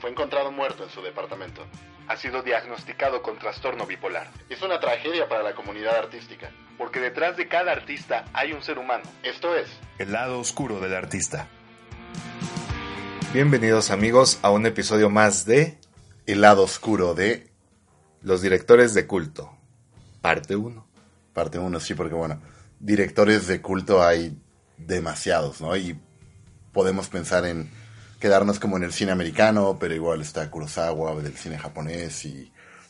fue encontrado muerto en su departamento. Ha sido diagnosticado con trastorno bipolar. Es una tragedia para la comunidad artística. Porque detrás de cada artista hay un ser humano. Esto es El lado oscuro del artista. Bienvenidos amigos a un episodio más de El lado oscuro de Los directores de culto, parte 1. Parte 1, sí, porque bueno, directores de culto hay demasiados, ¿no? Y podemos pensar en quedarnos como en el cine americano, pero igual está Kurosawa del cine japonés y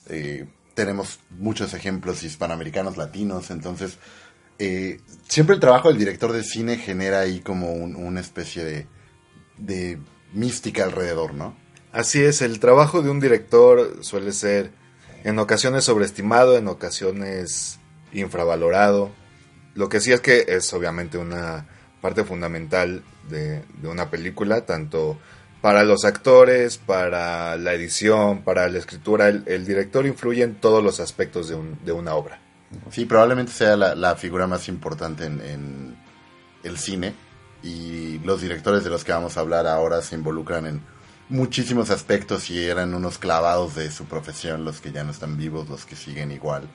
tenemos muchos ejemplos hispanoamericanos, latinos, entonces siempre el trabajo del director de cine genera ahí como una especie de mística alrededor, ¿no? Así es, el trabajo de un director suele ser en ocasiones sobreestimado, en ocasiones infravalorado. Lo que sí es que es obviamente una parte fundamental de una película, tanto para los actores, para la edición, para la escritura. El director influye en todos los aspectos de una obra. Sí, probablemente sea la figura más importante en el cine, y los directores de los que vamos a hablar ahora se involucran en muchísimos aspectos y eran unos clavados de su profesión, los que ya no están vivos, los que siguen igual.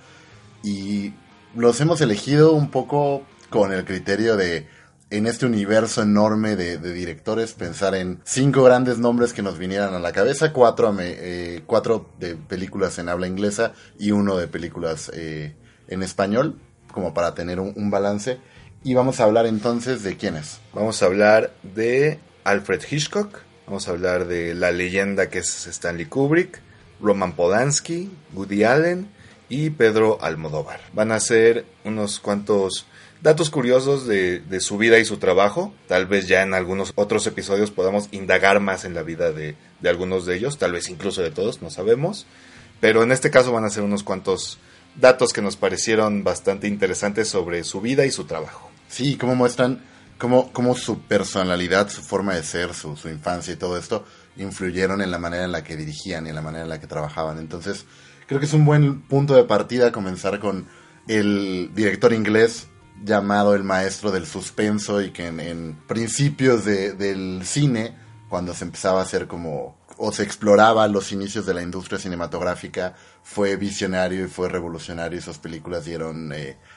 Y los hemos elegido un poco con el criterio de, en este universo enorme de directores, pensar en 5 grandes nombres que nos vinieran a la cabeza, 4 de películas en habla inglesa y 1 de películas en español, como para tener un balance. Y vamos a hablar entonces de quiénes. Vamos a hablar de Alfred Hitchcock, vamos a hablar de la leyenda que es Stanley Kubrick, Roman Polanski, Woody Allen y Pedro Almodóvar. Van a ser unos cuantos datos curiosos de su vida y su trabajo. Tal vez ya en algunos otros episodios podamos indagar más en la vida de algunos de ellos, tal vez incluso de todos, no sabemos. Pero en este caso van a ser unos cuantos datos que nos parecieron bastante interesantes sobre su vida y su trabajo. Sí, cómo muestran cómo su personalidad, su forma de ser, su infancia y todo esto influyeron en la manera en la que dirigían y en la manera en la que trabajaban. Entonces, creo que es un buen punto de partida comenzar con el director inglés llamado el maestro del suspenso, y que en principios del cine, cuando se empezaba a hacer o se exploraba los inicios de la industria cinematográfica, fue visionario y fue revolucionario, y sus películas dieron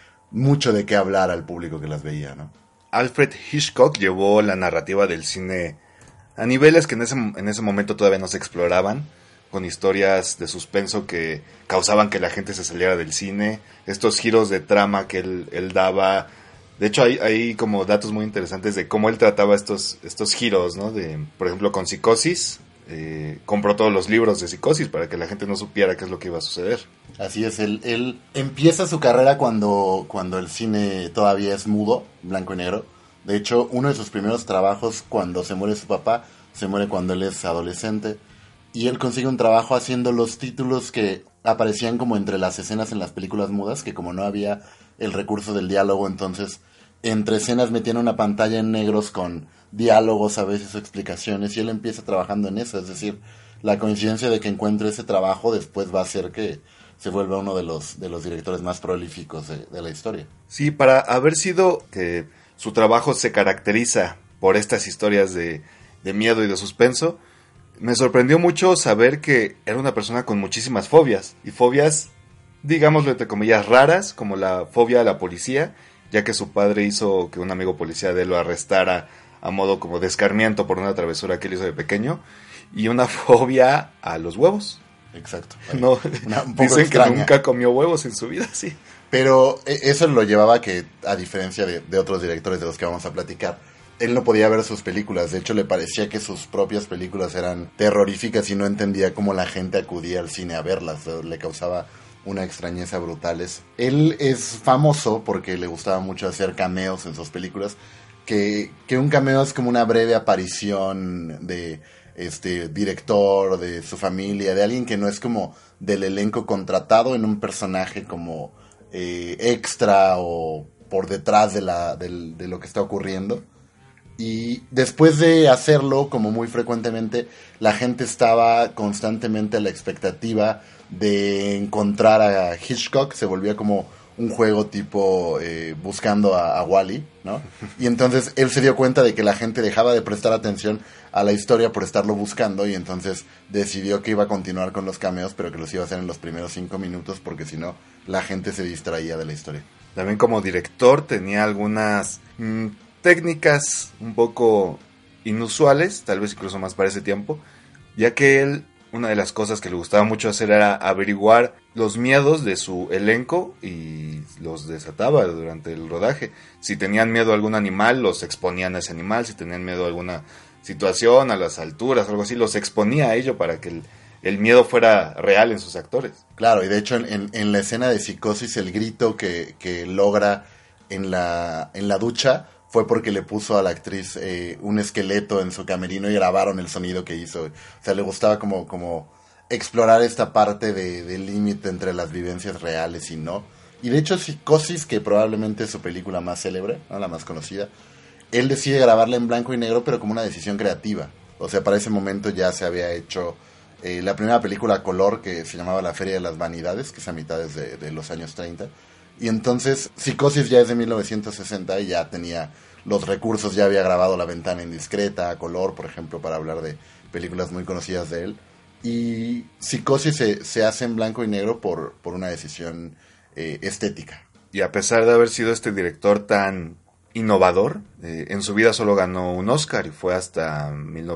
mucho de qué hablar al público que las veía, ¿no? Alfred Hitchcock llevó la narrativa del cine a niveles que en ese momento todavía no se exploraban, con historias de suspenso que causaban que la gente se saliera del cine, estos giros de trama que él daba. De hecho, hay como datos muy interesantes de cómo él trataba estos giros, ¿no? Por ejemplo, con Psicosis, compró todos los libros de Psicosis para que la gente no supiera qué es lo que iba a suceder. Así es, él empieza su carrera cuando el cine todavía es mudo, blanco y negro. De hecho, uno de sus primeros trabajos, cuando se muere su papá, se muere cuando él es adolescente, y él consigue un trabajo haciendo los títulos que aparecían como entre las escenas en las películas mudas, que como no había el recurso del diálogo, entonces entre escenas metían una pantalla en negros con diálogos a veces o explicaciones, y él empieza trabajando en eso. Es decir, la coincidencia de que encuentre ese trabajo después va a hacer que se vuelva uno de los directores más prolíficos de la historia. Sí, para haber sido que su trabajo se caracteriza por estas historias de miedo y de suspenso, me sorprendió mucho saber que era una persona con muchísimas fobias, y fobias, digámoslo entre comillas, raras, como la fobia a la policía, ya que su padre hizo que un amigo policía de él lo arrestara a modo como de escarmiento por una travesura que él hizo de pequeño, y una fobia a los huevos. Exacto. No, un poco dicen extraña. que nunca comió huevos en su vida, sí. Pero eso lo llevaba que, a diferencia de otros directores de los que vamos a platicar, él no podía ver sus películas. De hecho, le parecía que sus propias películas eran terroríficas y no entendía cómo la gente acudía al cine a verlas. Le causaba una extrañeza brutal. Él es famoso porque le gustaba mucho hacer cameos en sus películas, que un cameo es como una breve aparición de director, de su familia, de alguien que no es como del elenco contratado en un personaje como extra o por detrás de lo que está ocurriendo. Y después de hacerlo, como muy frecuentemente, la gente estaba constantemente a la expectativa de encontrar a Hitchcock. Se volvía como un juego tipo buscando a Wall-E, ¿no? Y entonces él se dio cuenta de que la gente dejaba de prestar atención a la historia por estarlo buscando, y entonces decidió que iba a continuar con los cameos, pero que los iba a hacer en los primeros 5 minutos, porque si no, la gente se distraía de la historia. También como director tenía algunas técnicas un poco inusuales, tal vez incluso más para ese tiempo, ya que él, una de las cosas que le gustaba mucho hacer era averiguar los miedos de su elenco y los desataba durante el rodaje. Si tenían miedo a algún animal, los exponían a ese animal. Si tenían miedo a alguna situación, a las alturas, algo así, los exponía a ello para que el miedo fuera real en sus actores. Claro, y de hecho en la escena de Psicosis, el grito que logra en la ducha fue porque le puso a la actriz un esqueleto en su camerino y grabaron el sonido que hizo. O sea, le gustaba como explorar esta parte del límite entre las vivencias reales y no. Y de hecho Psicosis, que probablemente es su película más célebre, ¿no? La más conocida, él decide grabarla en blanco y negro, pero como una decisión creativa. O sea, para ese momento ya se había hecho la primera película a color, que se llamaba La Feria de las Vanidades, que es a mitades de los años 30. Y entonces Psicosis ya es de 1960 y ya tenía los recursos, ya había grabado La Ventana Indiscreta a color, por ejemplo, para hablar de películas muy conocidas de él. Y Psicosis se hace en blanco y negro por una decisión estética. Y a pesar de haber sido este director tan innovador, en su vida solo ganó un Oscar, y fue hasta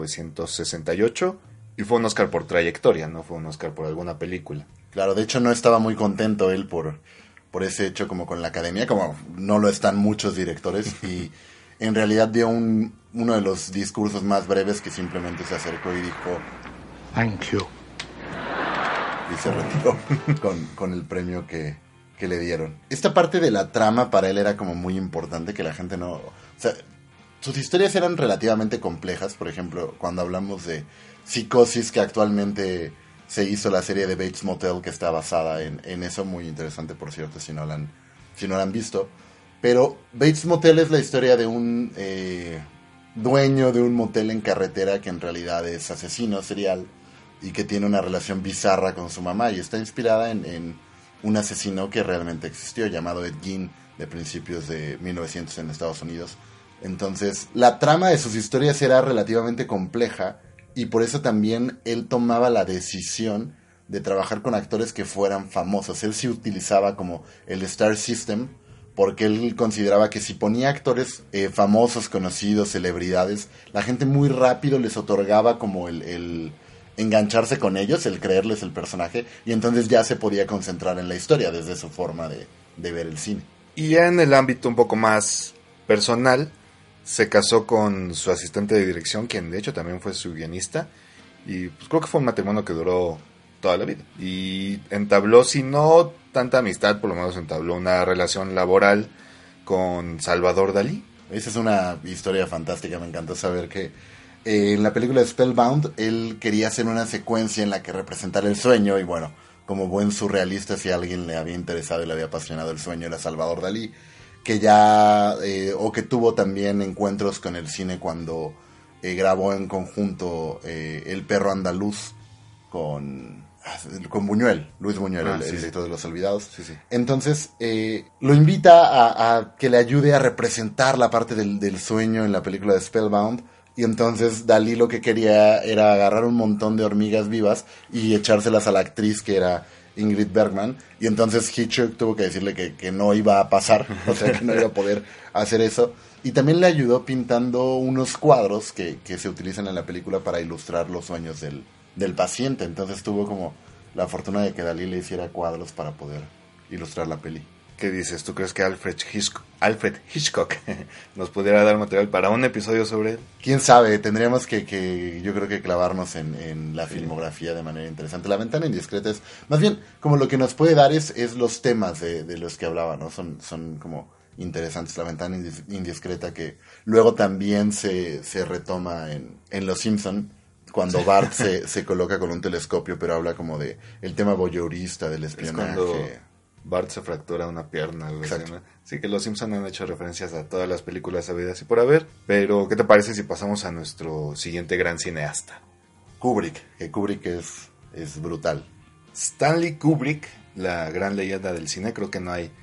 1968, y fue un Oscar por trayectoria, no fue un Oscar por alguna película. Claro, de hecho no estaba muy contento él por ese hecho como con la academia, como no lo están muchos directores, y en realidad dio uno de los discursos más breves, que simplemente se acercó y dijo "Thank you". Y se retiró con el premio que le dieron. Esta parte de la trama para él era como muy importante, que la gente no... O sea, sus historias eran relativamente complejas. Por ejemplo, cuando hablamos de Psicosis, que actualmente se hizo la serie de Bates Motel, que está basada en eso, muy interesante, por cierto, si no la han visto. Pero Bates Motel es la historia de un dueño de un motel en carretera que en realidad es asesino serial y que tiene una relación bizarra con su mamá, y está inspirada en un asesino que realmente existió, llamado Ed Gein, de principios de 1900 en Estados Unidos. Entonces, la trama de sus historias era relativamente compleja, y por eso también él tomaba la decisión de trabajar con actores que fueran famosos. Él sí utilizaba como el Star System, porque él consideraba que si ponía actores famosos, conocidos, celebridades, la gente muy rápido les otorgaba como el engancharse con ellos, el creerles el personaje, y entonces ya se podía concentrar en la historia desde su forma de ver el cine. Y ya en el ámbito un poco más personal, se casó con su asistente de dirección, quien de hecho también fue su guionista, y pues creo que fue un matrimonio que duró toda la vida. Y entabló, si no tanta amistad, por lo menos entabló una relación laboral con Salvador Dalí. Esa es una historia fantástica, me encantó saber que en la película de Spellbound él quería hacer una secuencia en la que representara el sueño, y bueno, como buen surrealista, si a alguien le había interesado y le había apasionado el sueño, era Salvador Dalí, que ya o que tuvo también encuentros con el cine cuando grabó en conjunto El Perro Andaluz con Buñuel, Luis Buñuel, el director de Los Olvidados. Sí, sí. Entonces lo invita a que le ayude a representar la parte del sueño en la película de Spellbound. Y entonces Dalí lo que quería era agarrar un montón de hormigas vivas y echárselas a la actriz, que era Ingrid Bergman. Y entonces Hitchcock tuvo que decirle que no iba a pasar, o sea, que no iba a poder hacer eso. Y también le ayudó pintando unos cuadros que se utilizan en la película para ilustrar los sueños del paciente. Entonces tuvo como la fortuna de que Dalí le hiciera cuadros para poder ilustrar la peli. ¿Qué dices? ¿Tú crees que Alfred Hitchcock nos pudiera dar material para un episodio sobre él? Quién sabe, tendríamos que yo creo que clavarnos en la filmografía de manera interesante. La Ventana Indiscreta es, más bien, como lo que nos puede dar es los temas de los que hablaba, ¿no? Son como interesantes. La Ventana Indiscreta, que luego también se retoma en Los Simpson, cuando Bart se coloca con un telescopio, pero habla como de el tema voyeurista, del espionaje. Es cuando Bart se fractura una pierna, algo así, ¿no? Sí, que los Simpson han hecho referencias a todas las películas habidas y por haber. Pero, ¿qué te parece si pasamos a nuestro siguiente gran cineasta? Kubrick, que Kubrick es brutal. Stanley Kubrick, la gran leyenda del cine. Creo que no hay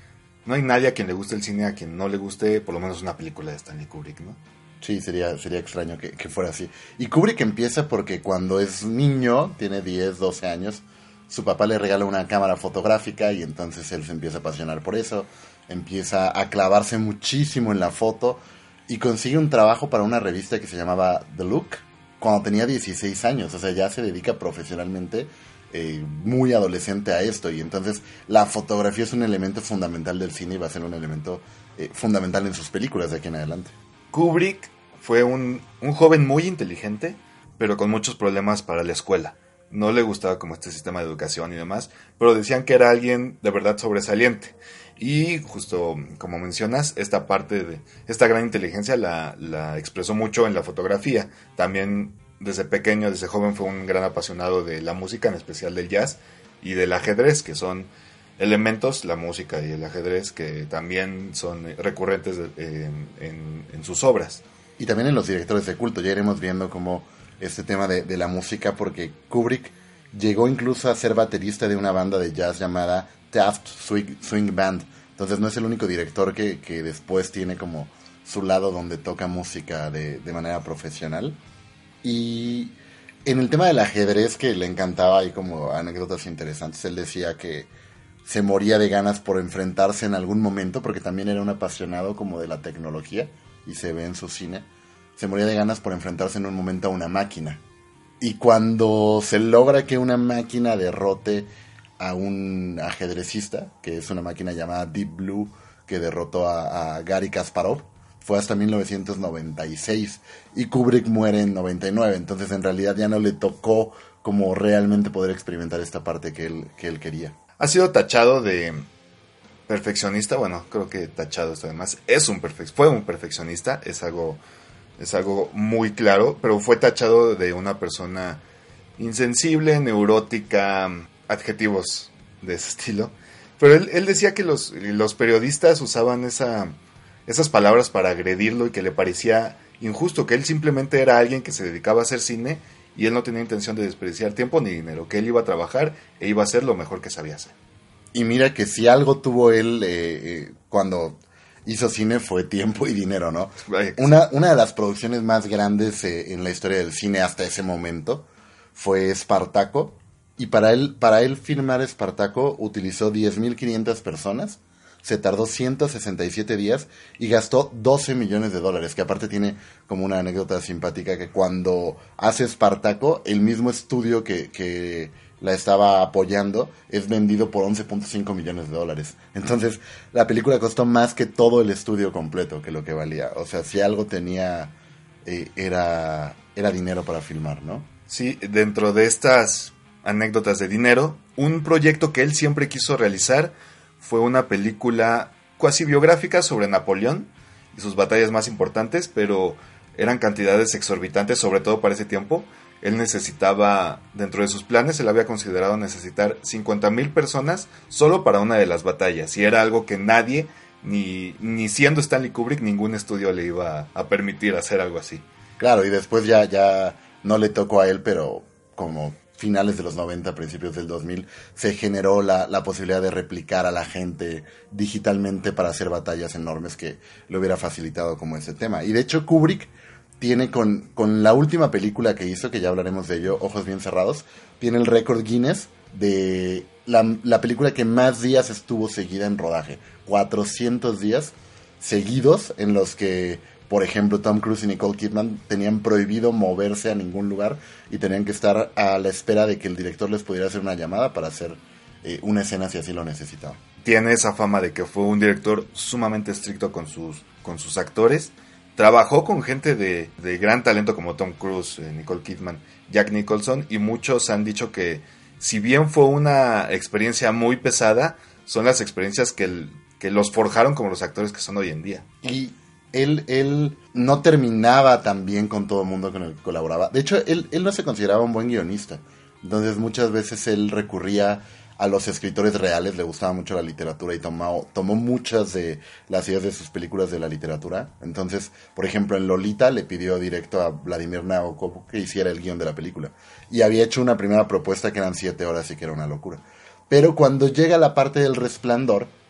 no hay nadie a quien le guste el cine, a quien no le guste por lo menos una película de Stanley Kubrick, ¿no? Sí, sería extraño que fuera así. Y Kubrick empieza porque cuando es niño, tiene 10, 12 años, su papá le regala una cámara fotográfica y entonces él se empieza a apasionar por eso, empieza a clavarse muchísimo en la foto y consigue un trabajo para una revista que se llamaba The Look cuando tenía 16 años, o sea, ya se dedica profesionalmente, muy adolescente a esto, y entonces la fotografía es un elemento fundamental del cine y va a ser un elemento fundamental en sus películas de aquí en adelante. Kubrick fue un joven muy inteligente, pero con muchos problemas para la escuela. No le gustaba como este sistema de educación y demás, pero decían que era alguien de verdad sobresaliente. Y justo como mencionas, esta parte de esta gran inteligencia la expresó mucho en la fotografía. También desde pequeño, desde joven, fue un gran apasionado de la música, en especial del jazz y del ajedrez, que son elementos, la música y el ajedrez, que también son recurrentes en sus obras. Y también en los directores de culto, ya iremos viendo cómo este tema de la música, porque Kubrick llegó incluso a ser baterista de una banda de jazz llamada Taft Swing Band. Entonces no es el único director que después tiene como su lado donde toca música de manera profesional. Y en el tema del ajedrez, que le encantaba, hay como anécdotas interesantes. Él decía que se moría de ganas por enfrentarse en algún momento, porque también era un apasionado como de la tecnología, y se ve en su cine. Se moría de ganas por enfrentarse en un momento a una máquina. Y cuando se logra que una máquina derrote a un ajedrecista, que es una máquina llamada Deep Blue, que derrotó a Garry Kasparov, fue hasta 1996, y Kubrick muere en 99, entonces en realidad ya no le tocó como realmente poder experimentar esta parte que él quería. Ha sido tachado de perfeccionista, bueno, creo que tachado esto además, fue un perfeccionista, es algo muy claro, pero fue tachado de una persona insensible, neurótica, adjetivos de ese estilo. Pero él decía que los periodistas usaban esas palabras para agredirlo y que le parecía injusto, que él simplemente era alguien que se dedicaba a hacer cine y él no tenía intención de desperdiciar tiempo ni dinero, que él iba a trabajar e iba a hacer lo mejor que sabía hacer. Y mira que si algo tuvo él cuando hizo cine fue tiempo y dinero, ¿no? Una de las producciones más grandes en la historia del cine hasta ese momento fue Espartaco, y para él filmar Espartaco utilizó 10.500 personas, se tardó 167 días y gastó $12 millones, que aparte tiene como una anécdota simpática, que cuando hace Espartaco, el mismo estudio que la estaba apoyando es vendido por $11.5 millones. Entonces la película costó más que todo el estudio completo, que lo que valía. O sea, si algo tenía era dinero para filmar, ¿no? Sí, dentro de estas anécdotas de dinero, un proyecto que él siempre quiso realizar fue una película cuasi biográfica sobre Napoleón y sus batallas más importantes, pero eran cantidades exorbitantes, sobre todo para ese tiempo. Él necesitaba, dentro de sus planes, él había considerado necesitar 50,000 personas solo para una de las batallas, y era algo que nadie, ni siendo Stanley Kubrick, ningún estudio le iba a permitir hacer algo así. Claro, y después ya no le tocó a él, pero como finales de los 90, principios del 2000, se generó la posibilidad de replicar a la gente digitalmente para hacer batallas enormes que le hubiera facilitado como ese tema. Y de hecho Kubrick tiene con la última película que hizo, que ya hablaremos de ello, Ojos bien cerrados, tiene el récord Guinness de la película que más días estuvo seguida en rodaje. 400 días seguidos en los que, por ejemplo, Tom Cruise y Nicole Kidman tenían prohibido moverse a ningún lugar y tenían que estar a la espera de que el director les pudiera hacer una llamada para hacer una escena si así lo necesitaban. Tiene esa fama de que fue un director sumamente estricto con sus actores. Trabajó con gente de gran talento como Tom Cruise, Nicole Kidman, Jack Nicholson, y muchos han dicho que si bien fue una experiencia muy pesada, son las experiencias que los forjaron como los actores que son hoy en día. Y él no terminaba tan bien con todo el mundo con el que colaboraba. De hecho, él no se consideraba un buen guionista. Entonces muchas veces él recurría a los escritores reales, le gustaba mucho la literatura y tomó muchas de las ideas de sus películas de la literatura. Entonces, por ejemplo, en Lolita le pidió directo a Vladimir Nabokov que hiciera el guión de la película. Y había hecho una primera propuesta que eran 7 horas y que era una locura. Pero cuando llega la parte del Resplandor,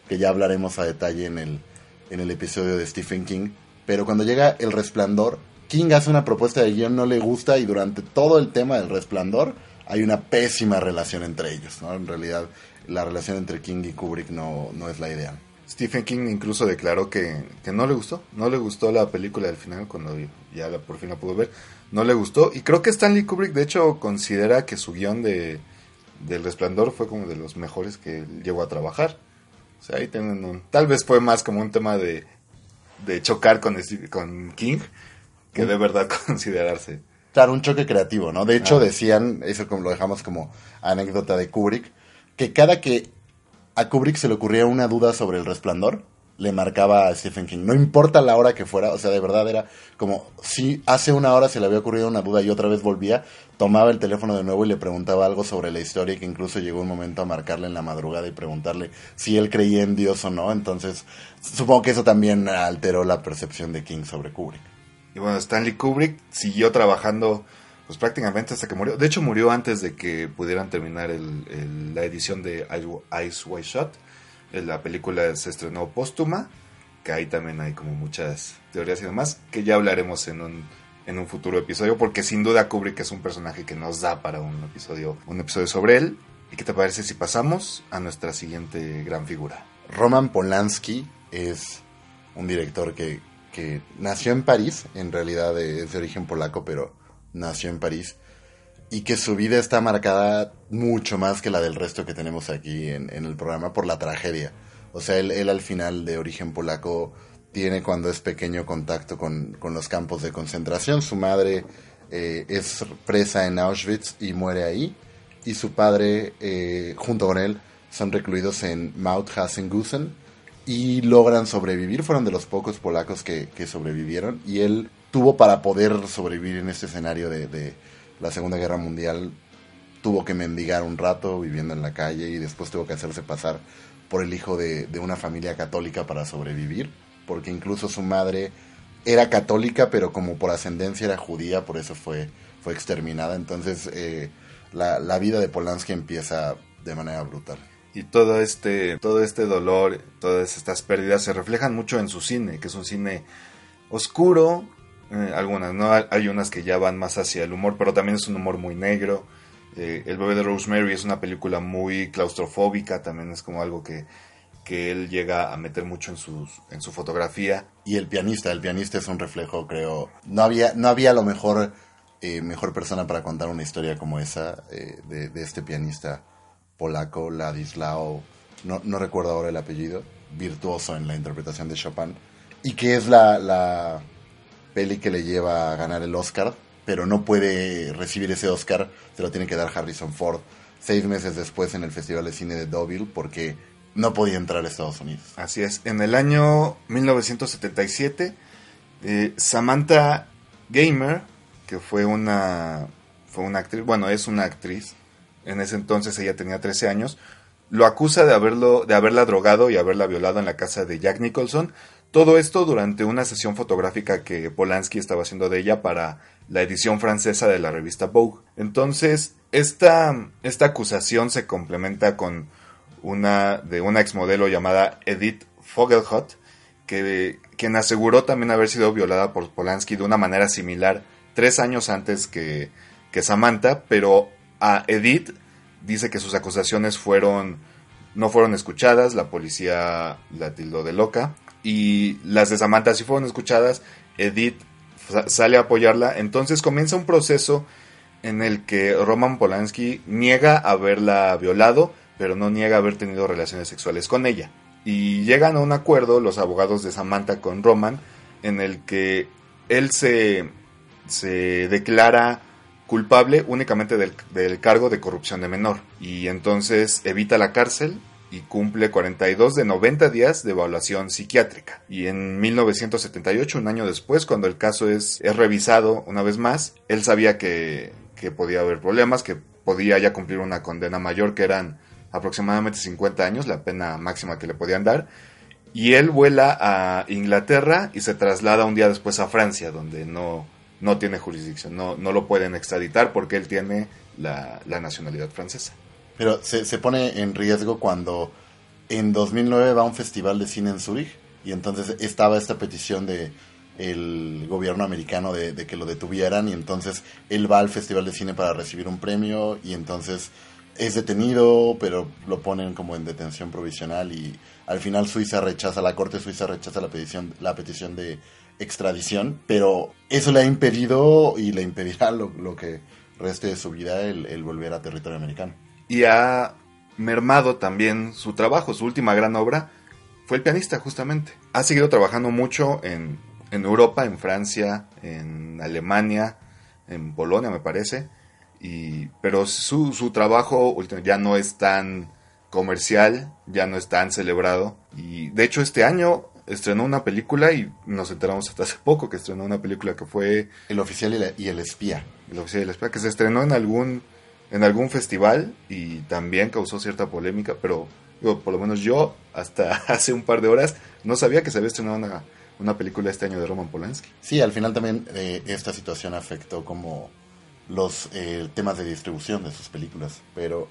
que ya hablaremos a detalle en el episodio de Stephen King. Pero cuando llega El Resplandor, King hace una propuesta de guión, no le gusta, y durante todo el tema del Resplandor hay una pésima relación entre ellos, ¿no? En realidad, la relación entre King y Kubrick no es la ideal. Stephen King incluso declaró que no le gustó la película del final cuando ya por fin la pudo ver, no le gustó, y creo que Stanley Kubrick de hecho considera que su guión del Resplandor fue como de los mejores que él llegó a trabajar. O sea, ahí tienen tal vez fue más como un tema de chocar con King que de verdad considerarse. Claro, un choque creativo, ¿no? De hecho decían, eso como lo dejamos como anécdota de Kubrick, que cada que a Kubrick se le ocurría una duda sobre El Resplandor, le marcaba a Stephen King. No importa la hora que fuera, o sea, de verdad era como si hace una hora se le había ocurrido una duda y otra vez volvía, tomaba el teléfono de nuevo y le preguntaba algo sobre la historia, que incluso llegó un momento a marcarle en la madrugada y preguntarle si él creía en Dios o no. Entonces, supongo que eso también alteró la percepción de King sobre Kubrick. Y bueno, Stanley Kubrick siguió trabajando pues prácticamente hasta que murió. De hecho, murió antes de que pudieran terminar la edición de Eyes Wide Shut. La película se estrenó póstuma, que ahí también hay como muchas teorías y demás, que ya hablaremos en un futuro episodio, porque sin duda Kubrick es un personaje que nos da para un episodio sobre él. ¿Y qué te parece si pasamos a nuestra siguiente gran figura? Roman Polanski es un director que nació en París, en realidad es de origen polaco, pero nació en París, y que su vida está marcada mucho más que la del resto que tenemos aquí en el programa por la tragedia. O sea, él al final, de origen polaco, tiene cuando es pequeño contacto con los campos de concentración. Su madre es presa en Auschwitz y muere ahí, y su padre, junto con él, son recluidos en Mauthausen y logran sobrevivir. Fueron de los pocos polacos que sobrevivieron, y él tuvo, para poder sobrevivir en este escenario de la Segunda Guerra Mundial, tuvo que mendigar un rato viviendo en la calle, y después tuvo que hacerse pasar por el hijo de una familia católica para sobrevivir, porque incluso su madre era católica, pero como por ascendencia era judía, por eso fue exterminada. Entonces la vida de Polanski empieza de manera brutal. Y todo este dolor, todas estas pérdidas se reflejan mucho en su cine, que es un cine oscuro. Algunas, ¿no? Hay unas que ya van más hacia el humor, pero también es un humor muy negro. El bebé de Rosemary es una película muy claustrofóbica, también es como algo que él llega a meter mucho en su fotografía. Y el pianista es un reflejo, creo. No había a lo mejor persona para contar una historia como esa, de este pianista polaco, Ladislao, no recuerdo ahora el apellido, virtuoso en la interpretación de Chopin, y que es la peli que le lleva a ganar el Oscar, pero no puede recibir ese Oscar, se lo tiene que dar Harrison Ford 6 meses después en el Festival de Cine de Deauville, porque no podía entrar a Estados Unidos. Así es. En el año 1977, Samantha Gamer, que fue una actriz, bueno, es una actriz, en ese entonces ella tenía 13 años, lo acusa de haberla drogado y haberla violado en la casa de Jack Nicholson. Todo esto durante una sesión fotográfica que Polanski estaba haciendo de ella para la edición francesa de la revista Vogue. Entonces, esta acusación se complementa con una exmodelo llamada Edith Fogelhut, quien aseguró también haber sido violada por Polanski de una manera similar 3 años antes que Samantha, pero a Edith dice que sus acusaciones no fueron escuchadas, la policía la tildó de loca, y las de Samantha sí fueron escuchadas. Edith sale a apoyarla. Entonces comienza un proceso en el que Roman Polanski niega haberla violado, pero no niega haber tenido relaciones sexuales con ella. Y llegan a un acuerdo los abogados de Samantha con Roman, en el que él se declara culpable únicamente del cargo de corrupción de menor, y entonces evita la cárcel y cumple 42 de 90 días de evaluación psiquiátrica. Y en 1978, un año después, cuando el caso es revisado una vez más, él sabía que podía haber problemas, que podía ya cumplir una condena mayor, que eran aproximadamente 50 años, la pena máxima que le podían dar, y él vuela a Inglaterra y se traslada un día después a Francia, donde no tiene jurisdicción, no lo pueden extraditar porque él tiene la nacionalidad francesa. Pero se pone en riesgo cuando en 2009 va a un festival de cine en Zúrich y entonces estaba esta petición de el gobierno americano de que lo detuvieran, y entonces él va al festival de cine para recibir un premio y entonces es detenido, pero lo ponen como en detención provisional y al final la corte suiza rechaza la petición de extradición, pero eso le ha impedido y le impedirá lo que reste de su vida el volver a territorio americano. Y ha mermado también su trabajo. Su última gran obra fue El pianista, justamente. Ha seguido trabajando mucho en Europa, en Francia, en Alemania, en Polonia, me parece. Pero su trabajo ya no es tan comercial, ya no es tan celebrado. Y de hecho este año estrenó una película, y nos enteramos hasta hace poco que estrenó una película que fue El oficial y el espía. El oficial y el espía, que se estrenó en algún festival y también causó cierta polémica, pero por lo menos yo hasta hace un par de horas no sabía que se había estrenado una película este año de Roman Polanski. Sí, al final también esta situación afectó como los temas de distribución de sus películas, pero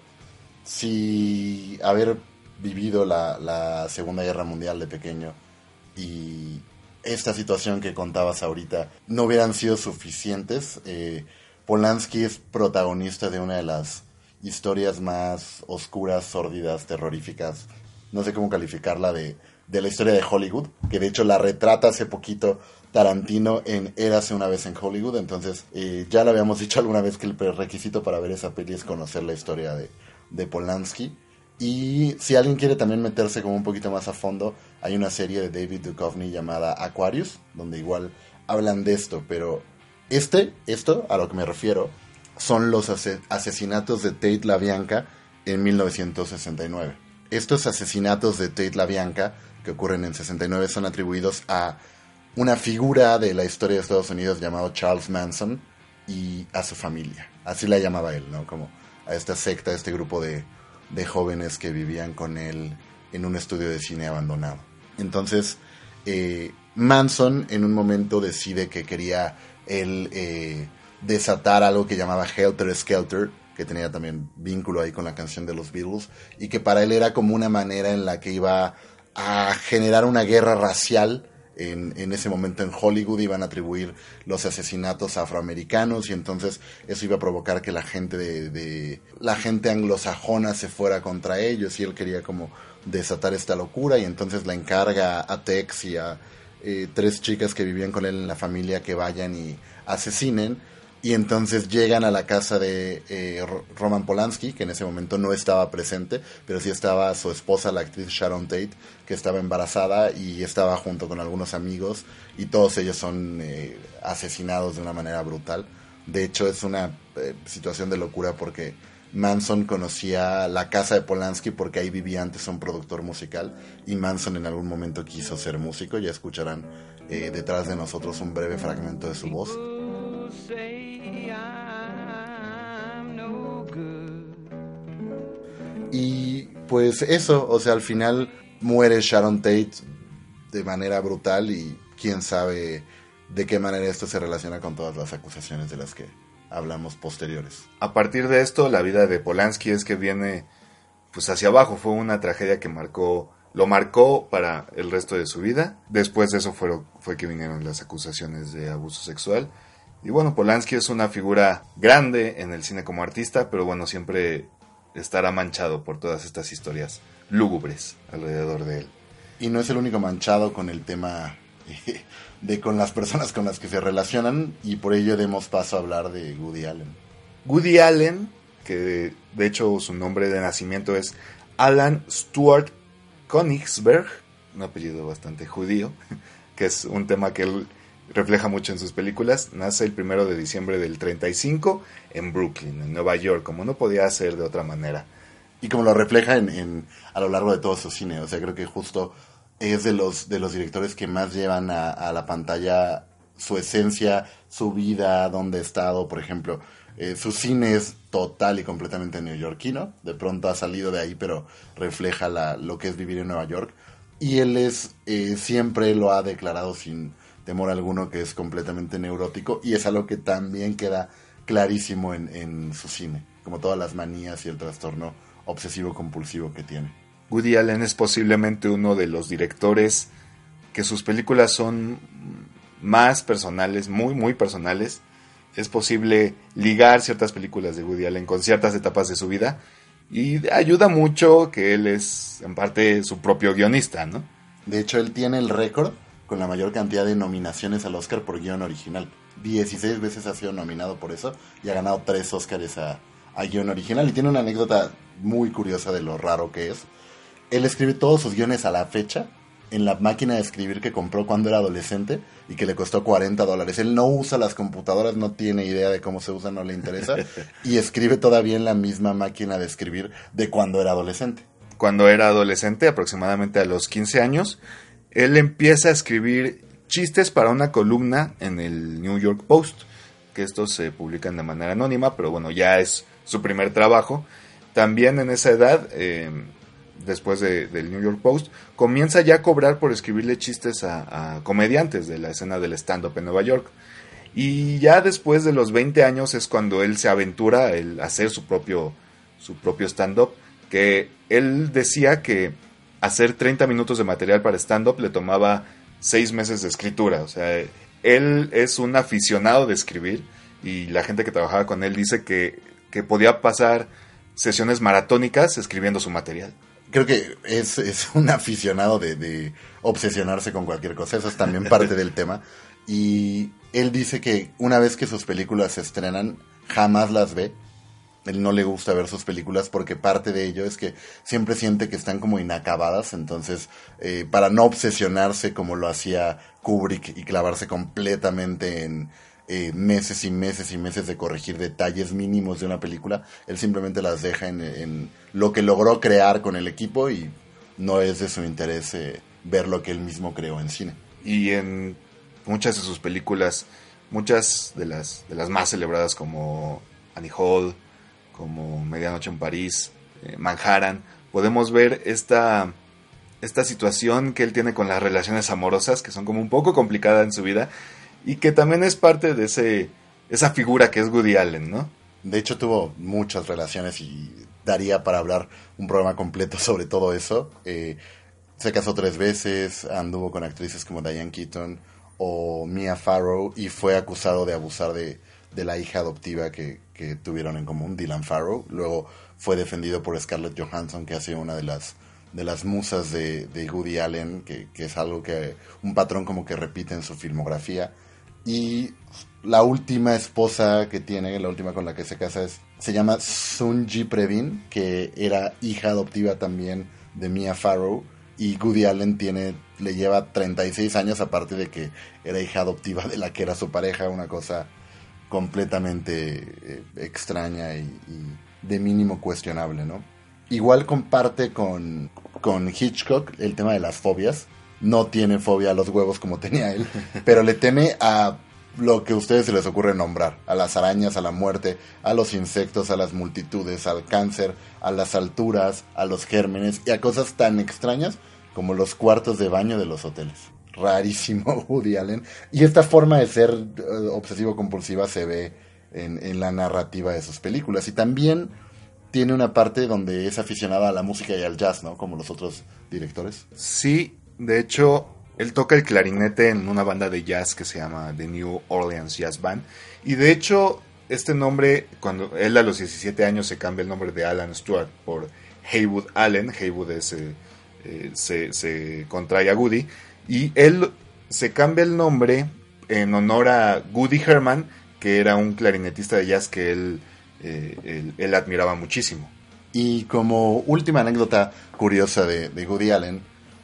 si haber vivido la Segunda Guerra Mundial de pequeño y esta situación que contabas ahorita no hubieran sido suficientes, Polanski es protagonista de una de las historias más oscuras, sórdidas, terroríficas, no sé cómo calificarla, de la historia de Hollywood, que de hecho la retrata hace poquito Tarantino en Érase una vez en Hollywood. Entonces ya lo habíamos dicho alguna vez que el requisito para ver esa peli es conocer la historia de Polanski. Y si alguien quiere también meterse como un poquito más a fondo, hay una serie de David Duchovny llamada Aquarius, donde igual hablan de esto, pero esto a lo que me refiero son los asesinatos de Tate LaBianca en 1969. Estos asesinatos de Tate LaBianca que ocurren en 69 son atribuidos a una figura de la historia de Estados Unidos llamado Charles Manson y a su familia. Así la llamaba él, ¿no? Como a esta secta, a este grupo de jóvenes que vivían con él en un estudio de cine abandonado. Entonces, Manson en un momento decide que quería él desatar algo que llamaba Helter Skelter, que tenía también vínculo ahí con la canción de los Beatles, y que para él era como una manera en la que iba a generar una guerra racial. En ese momento en Hollywood iban a atribuir los asesinatos a afroamericanos, y entonces eso iba a provocar que la gente la gente anglosajona se fuera contra ellos, y él quería como desatar esta locura, y entonces la encarga a Tex y a 3 chicas que vivían con él en la familia que vayan y asesinen. Y entonces llegan a la casa de Roman Polanski, que en ese momento no estaba presente, pero sí estaba su esposa, la actriz Sharon Tate, que estaba embarazada y estaba junto con algunos amigos, y todos ellos son asesinados de una manera brutal. De hecho, es una situación de locura porque Manson conocía la casa de Polanski porque ahí vivía antes un productor musical, y Manson en algún momento quiso ser músico. Ya escucharán detrás de nosotros un breve fragmento de su voz. Y pues eso, o sea, al final muere Sharon Tate de manera brutal, y quién sabe de qué manera esto se relaciona con todas las acusaciones de las que hablamos posteriores. A partir de esto, la vida de Polanski es que viene pues hacia abajo. Fue una tragedia que lo marcó para el resto de su vida. Después de eso fue que vinieron las acusaciones de abuso sexual. Y bueno, Polanski es una figura grande en el cine como artista, pero bueno, siempre estará manchado por todas estas historias lúgubres alrededor de él. Y no es el único manchado con el tema con las personas con las que se relacionan, y por ello demos paso a hablar de Woody Allen. Woody Allen, que de hecho su nombre de nacimiento es Alan Stuart Königsberg, un apellido bastante judío, que es un tema que él refleja mucho en sus películas. Nace el 1 de diciembre del 35 en Brooklyn, en Nueva York, como no podía ser de otra manera. Y como lo refleja a lo largo de todo su cine. O sea, creo que justo es de los directores que más llevan a la pantalla su esencia, su vida, dónde ha estado. Por ejemplo, su cine es total y completamente neoyorquino. De pronto ha salido de ahí, pero refleja lo que es vivir en Nueva York. Y él siempre lo ha declarado sin temor alguno que es completamente neurótico, y es algo que también queda clarísimo en su cine, como todas las manías y el trastorno obsesivo compulsivo que tiene. Woody Allen es posiblemente uno de los directores que sus películas son más personales, muy, muy personales. Es posible ligar ciertas películas de Woody Allen con ciertas etapas de su vida. Y ayuda mucho que él es, en parte, su propio guionista, ¿no? De hecho, él tiene el récord con la mayor cantidad de nominaciones al Oscar por guión original. 16 veces ha sido nominado por eso y ha ganado 3 Oscars a guión original. Y tiene una anécdota muy curiosa de lo raro que es. Él escribe todos sus guiones a la fecha en la máquina de escribir que compró cuando era adolescente y que le costó $40. Él no usa las computadoras, no tiene idea de cómo se usan, no le interesa. Y escribe todavía en la misma máquina de escribir de cuando era adolescente. Cuando era adolescente, aproximadamente a los 15 años, él empieza a escribir chistes para una columna en el New York Post, que estos se publican de manera anónima, pero bueno, ya es su primer trabajo. También en esa edad, después del New York Post, comienza ya a cobrar por escribirle chistes a comediantes de la escena del stand-up en Nueva York. Y ya después de los 20 años es cuando él se aventura a hacer su propio stand-up, que él decía que hacer 30 minutos de material para stand-up le tomaba 6 meses de escritura. O sea, él es un aficionado de escribir y la gente que trabajaba con él dice que podía pasar sesiones maratónicas escribiendo su material. Creo que es un aficionado de obsesionarse con cualquier cosa. Eso es también parte del tema. Y él dice que una vez que sus películas se estrenan, jamás las ve. Él no le gusta ver sus películas porque parte de ello es que siempre siente que están como inacabadas. Entonces, para no obsesionarse como lo hacía Kubrick y clavarse completamente en meses y meses y meses de corregir detalles mínimos de una película, él simplemente las deja en lo que logró crear con el equipo y no es de su interés ver lo que él mismo creó en cine. Y en muchas de sus películas, muchas de las más celebradas como Annie Hall, como Medianoche en París, Manhattan, podemos ver esta situación que él tiene con las relaciones amorosas, que son como un poco complicadas en su vida, y que también es parte de esa figura que es Woody Allen, ¿no? De hecho, tuvo muchas relaciones y daría para hablar un programa completo sobre todo eso. Se casó 3 veces, anduvo con actrices como Diane Keaton o Mia Farrow y fue acusado de abusar de la hija adoptiva que tuvieron en común, Dylan Farrow. Luego fue defendido por Scarlett Johansson, que ha sido una de las musas de Woody Allen, que es algo un patrón como que repite en su filmografía. Y la última esposa que tiene, la última con la que se casa, se llama Sunji Previn, que era hija adoptiva también de Mia Farrow. Y Woody Allen le lleva 36 años, aparte de que era hija adoptiva de la que era su pareja, una cosa completamente extraña y de mínimo cuestionable, ¿no? Igual comparte con Hitchcock el tema de las fobias. No tiene fobia a los huevos como tenía él, pero le teme a lo que a ustedes se les ocurre nombrar: a las arañas, a la muerte, a los insectos, a las multitudes, al cáncer, a las alturas, a los gérmenes y a cosas tan extrañas como los cuartos de baño de los hoteles. Rarísimo Woody Allen. Y esta forma de ser obsesivo-compulsiva se ve en la narrativa de sus películas. Y también tiene una parte donde es aficionado a la música y al jazz, ¿no? Como los otros directores. Sí, de hecho, él toca el clarinete en una banda de jazz que se llama The New Orleans Jazz Band. Y de hecho, este nombre, cuando él a los 17 años se cambia el nombre de Alan Stewart por Haywood Allen. Haywood se contrae a Woody. Y él se cambia el nombre en honor a Woody Herman, que era un clarinetista de jazz que él admiraba muchísimo. Y como última anécdota curiosa de Woody Allen,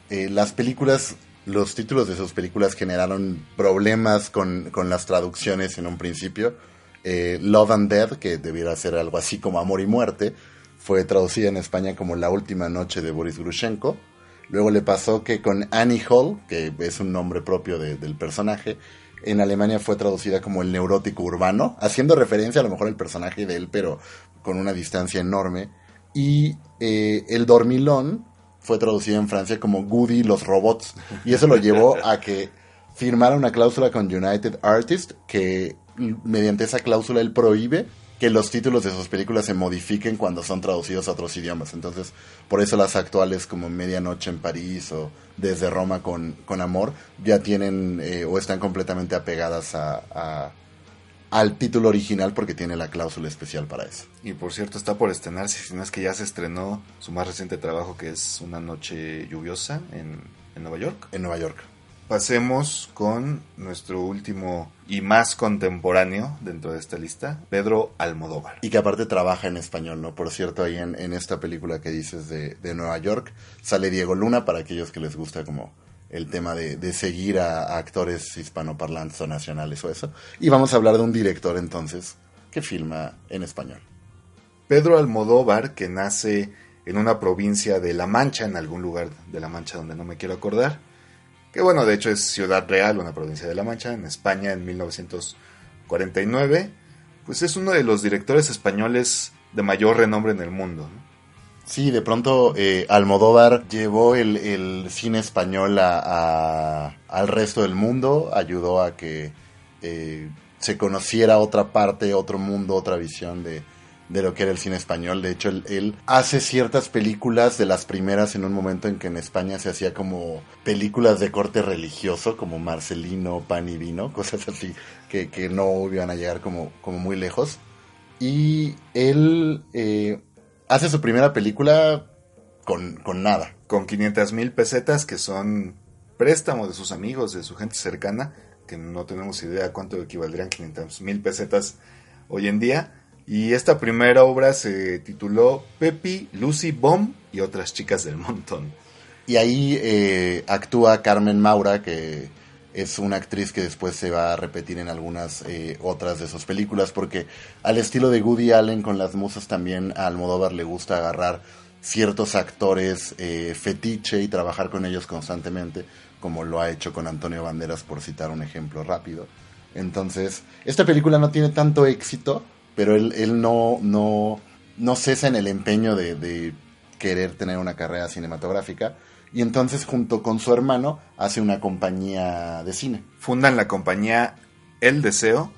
los títulos de sus películas generaron problemas con las traducciones en un principio. Love and Death, que debiera ser algo así como Amor y Muerte, fue traducida en España como La Última Noche de Boris Grushenko. Luego le pasó que con Annie Hall, que es un nombre propio del personaje, en Alemania fue traducida como El Neurótico Urbano, haciendo referencia a lo mejor al personaje de él, pero con una distancia enorme. Y El Dormilón fue traducido en Francia como Woody los robots. Y eso lo llevó a que firmara una cláusula con United Artists, que mediante esa cláusula él prohíbe que los títulos de sus películas se modifiquen cuando son traducidos a otros idiomas. Entonces, por eso las actuales como Medianoche en París o Desde Roma con amor ya tienen o están completamente apegadas al título original porque tiene la cláusula especial para eso. Y por cierto, está por estrenarse, si no es que ya se estrenó su más reciente trabajo, que es Una noche lluviosa en Nueva York. En Nueva York. Pasemos con nuestro último y más contemporáneo dentro de esta lista, Pedro Almodóvar. Y que aparte trabaja en español, ¿no? Por cierto, ahí en esta película que dices de Nueva York, sale Diego Luna, para aquellos que les gusta como el tema de seguir a actores hispanoparlantes o nacionales o eso. Y vamos a hablar de un director entonces que filma en español. Pedro Almodóvar, que nace en una provincia de La Mancha, en algún lugar de La Mancha donde no me quiero acordar, que bueno, de hecho es Ciudad Real, una provincia de La Mancha, en España en 1949, pues es uno de los directores españoles de mayor renombre en el mundo, ¿no? Sí, de pronto Almodóvar llevó el cine español al resto del mundo, ayudó a que se conociera otra parte, otro mundo, otra visión de lo que era el cine español. De hecho, él hace ciertas películas, de las primeras en un momento en que en España se hacía como películas de corte religioso, como Marcelino, Pan y Vino, cosas así que no iban a llegar como muy lejos. Y él hace su primera película con nada. Con 500,000 pesetas, que son préstamos de sus amigos, de su gente cercana, que no tenemos idea cuánto equivaldrían 500,000 pesetas hoy en día. Y esta primera obra se tituló Pepi, Lucy, Bomb y otras chicas del montón. Y ahí actúa Carmen Maura, que es una actriz que después se va a repetir en algunas otras de sus películas, porque al estilo de Woody Allen con Las Musas, también a Almodóvar le gusta agarrar ciertos actores fetiche y trabajar con ellos constantemente, como lo ha hecho con Antonio Banderas, por citar un ejemplo rápido. Entonces, esta película no tiene tanto éxito, pero él no cesa en el empeño de querer tener una carrera cinematográfica, y entonces junto con su hermano hace una compañía de cine. Fundan la compañía El Deseo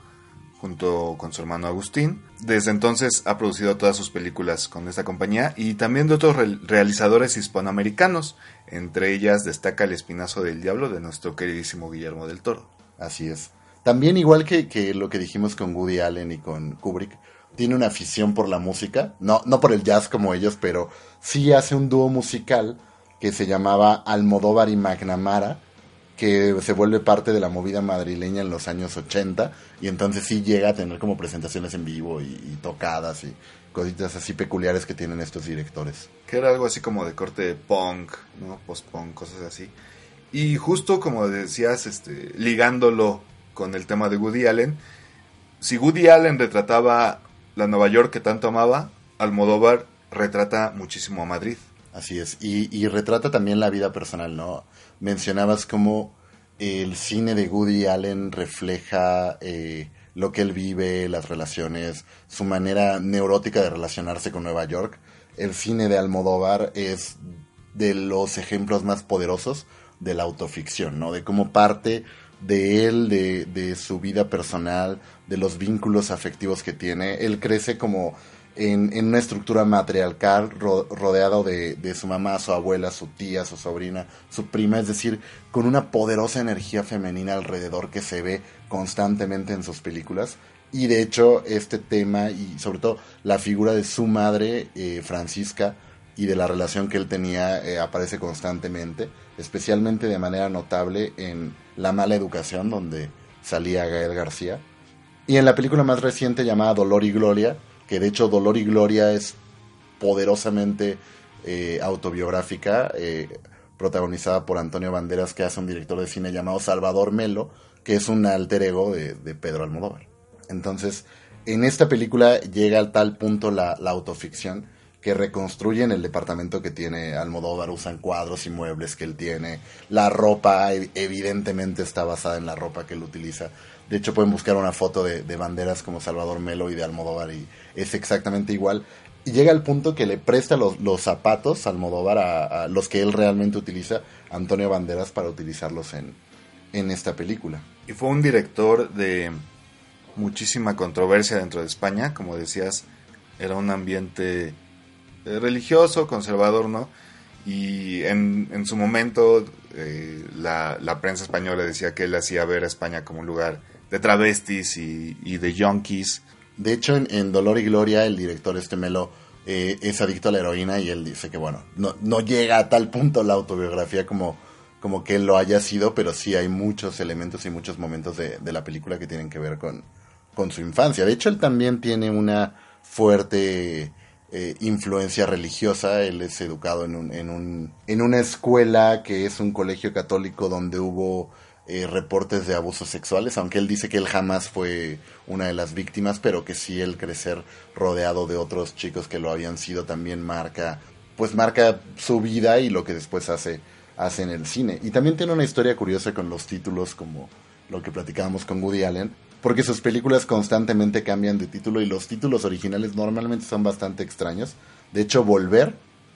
junto con su hermano Agustín. Desde entonces ha producido todas sus películas con esta compañía y también de otros realizadores hispanoamericanos. Entre ellas destaca El Espinazo del Diablo, de nuestro queridísimo Guillermo del Toro. Así es. También, igual que lo que dijimos con Woody Allen y con Kubrick, tiene una afición por la música, no por el jazz como ellos, pero sí hace un dúo musical que se llamaba Almodóvar y McNamara, que se vuelve parte de la movida madrileña en los años 80, y entonces sí llega a tener como presentaciones en vivo y tocadas y cositas así peculiares que tienen estos directores. Que era algo así como de corte punk, ¿no? Post-punk, cosas así. Y justo como decías, ligándolo con el tema de Woody Allen, si Woody Allen retrataba la Nueva York que tanto amaba, Almodóvar retrata muchísimo a Madrid. Así es, y retrata también la vida personal, ¿no? Mencionabas cómo el cine de Woody Allen refleja lo que él vive, las relaciones, su manera neurótica de relacionarse con Nueva York. El cine de Almodóvar es de los ejemplos más poderosos de la autoficción, ¿no? De cómo parte de él, de su vida personal, de los vínculos afectivos que tiene. Él crece como en una estructura matriarcal, rodeado de su mamá, su abuela, su tía, su sobrina, su prima, es decir, con una poderosa energía femenina alrededor que se ve constantemente en sus películas. Y de hecho este tema, y sobre todo la figura de su madre, Francisca, y de la relación que él tenía, aparece constantemente, especialmente de manera notable en La mala educación, donde salía Gael García, y en la película más reciente llamada Dolor y Gloria, que de hecho Dolor y Gloria es poderosamente autobiográfica, protagonizada por Antonio Banderas, que hace un director de cine llamado Salvador Melo, que es un alter ego de Pedro Almodóvar. Entonces, en esta película llega a tal punto la autoficción que reconstruyen el departamento que tiene Almodóvar, usan cuadros y muebles que él tiene, la ropa evidentemente está basada en la ropa que él utiliza. De hecho pueden buscar una foto de Banderas como Salvador Melo y de Almodóvar y es exactamente igual. Y llega al punto que le presta los zapatos a Almodóvar, a los que él realmente utiliza, Antonio Banderas, para utilizarlos en esta película. Y fue un director de muchísima controversia dentro de España. Como decías, era un ambiente religioso, conservador, ¿no? Y en su momento la prensa española decía que él hacía ver a España como un lugar de travestis y de yonkis. De hecho, en Dolor y Gloria, el director Melo es adicto a la heroína y él dice que, bueno, no llega a tal punto la autobiografía como que él lo haya sido, pero sí hay muchos elementos y muchos momentos de la película que tienen que ver con su infancia. De hecho, él también tiene una fuerte influencia religiosa. Él es educado en una escuela que es un colegio católico donde hubo reportes de abusos sexuales, aunque él dice que él jamás fue una de las víctimas, pero que sí el crecer rodeado de otros chicos que lo habían sido también marca su vida y lo que después hace en el cine. Y también tiene una historia curiosa con los títulos, como lo que platicábamos con Woody Allen, porque sus películas constantemente cambian de título y los títulos originales normalmente son bastante extraños. De hecho, Volver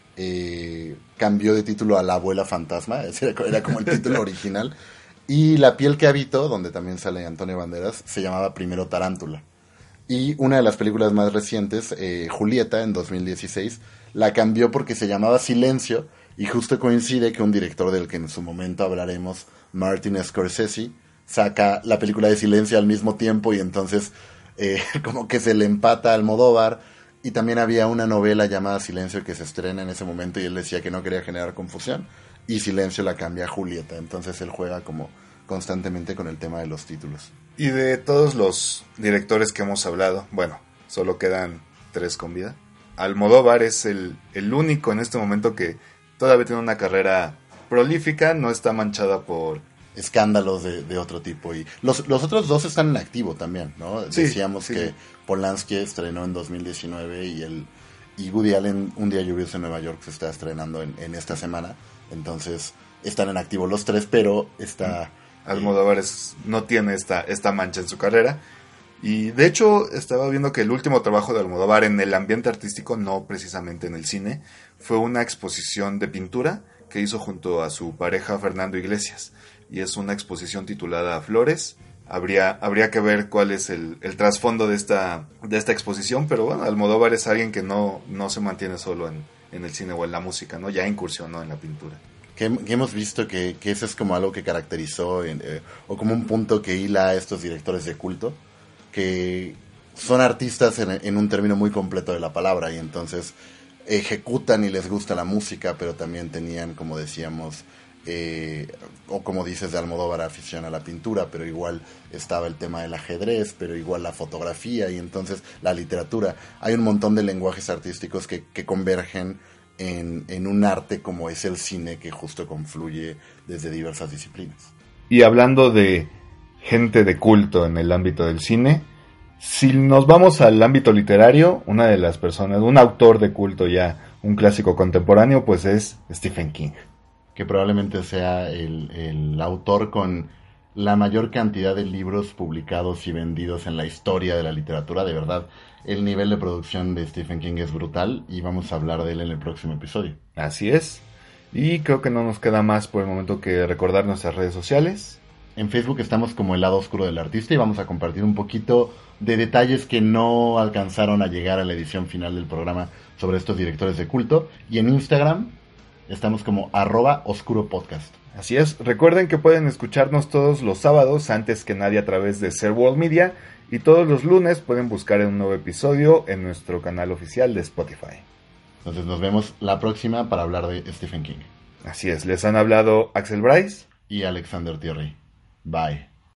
cambió de título a La Abuela Fantasma, era como el título original. Y La Piel que Habito, donde también sale Antonio Banderas, se llamaba primero Tarántula. Y una de las películas más recientes, Julieta, en 2016, la cambió porque se llamaba Silencio, y justo coincide que un director del que en su momento hablaremos, Martin Scorsese, saca la película de Silencio al mismo tiempo, y entonces como que se le empata a Almodóvar. Y también había una novela llamada Silencio que se estrena en ese momento y él decía que no quería generar confusión, y Silencio la cambia a Julieta. Entonces él juega como constantemente con el tema de los títulos. Y de todos los directores que hemos hablado, bueno, solo quedan 3 con vida. Almodóvar es el único en este momento que todavía tiene una carrera prolífica, no está manchada por escándalos de otro tipo. Y los otros 2 están en activo también, ¿no? Sí, decíamos que Polanski estrenó en 2019 y Woody Allen, Un día lluvioso en Nueva York, se está estrenando en esta semana. Entonces están en activo los 3, pero está... Almodóvar no tiene esta mancha en su carrera. Y de hecho estaba viendo que el último trabajo de Almodóvar en el ambiente artístico, no precisamente en el cine, fue una exposición de pintura que hizo junto a su pareja Fernando Iglesias. Y es una exposición titulada Flores. Habría que ver cuál es el trasfondo de esta exposición, pero bueno, Almodóvar es alguien que no se mantiene solo en el cine o en la música, ¿no? Ya incursionó en la pintura. Que hemos visto que eso es como algo que caracterizó o como un punto que hila a estos directores de culto, que son artistas en un término muy completo de la palabra, y entonces ejecutan y les gusta la música, pero también tenían, como decíamos, o como dices de Almodóvar, afición a la pintura, pero igual estaba el tema del ajedrez, pero igual la fotografía y entonces la literatura. Hay un montón de lenguajes artísticos que convergen en un arte como es el cine, que justo confluye desde diversas disciplinas. Y hablando de gente de culto en el ámbito del cine, si nos vamos al ámbito literario, una de las personas, un autor de culto ya, un clásico contemporáneo, pues es Stephen King. Que probablemente sea el autor con la mayor cantidad de libros publicados y vendidos en la historia de la literatura. De verdad, el nivel de producción de Stephen King es brutal y vamos a hablar de él en el próximo episodio. Así es. Y creo que no nos queda más por el momento que recordar nuestras redes sociales. En Facebook estamos como El Lado Oscuro del Artista y vamos a compartir un poquito de detalles que no alcanzaron a llegar a la edición final del programa sobre estos directores de culto. Y en Instagram estamos como @oscuropodcast. Así es, recuerden que pueden escucharnos todos los sábados antes que nadie a través de Ser World Media, y todos los lunes pueden buscar un nuevo episodio en nuestro canal oficial de Spotify. Entonces nos vemos la próxima para hablar de Stephen King. Así es, les han hablado Axel Bryce y Alexander Thierry. Bye.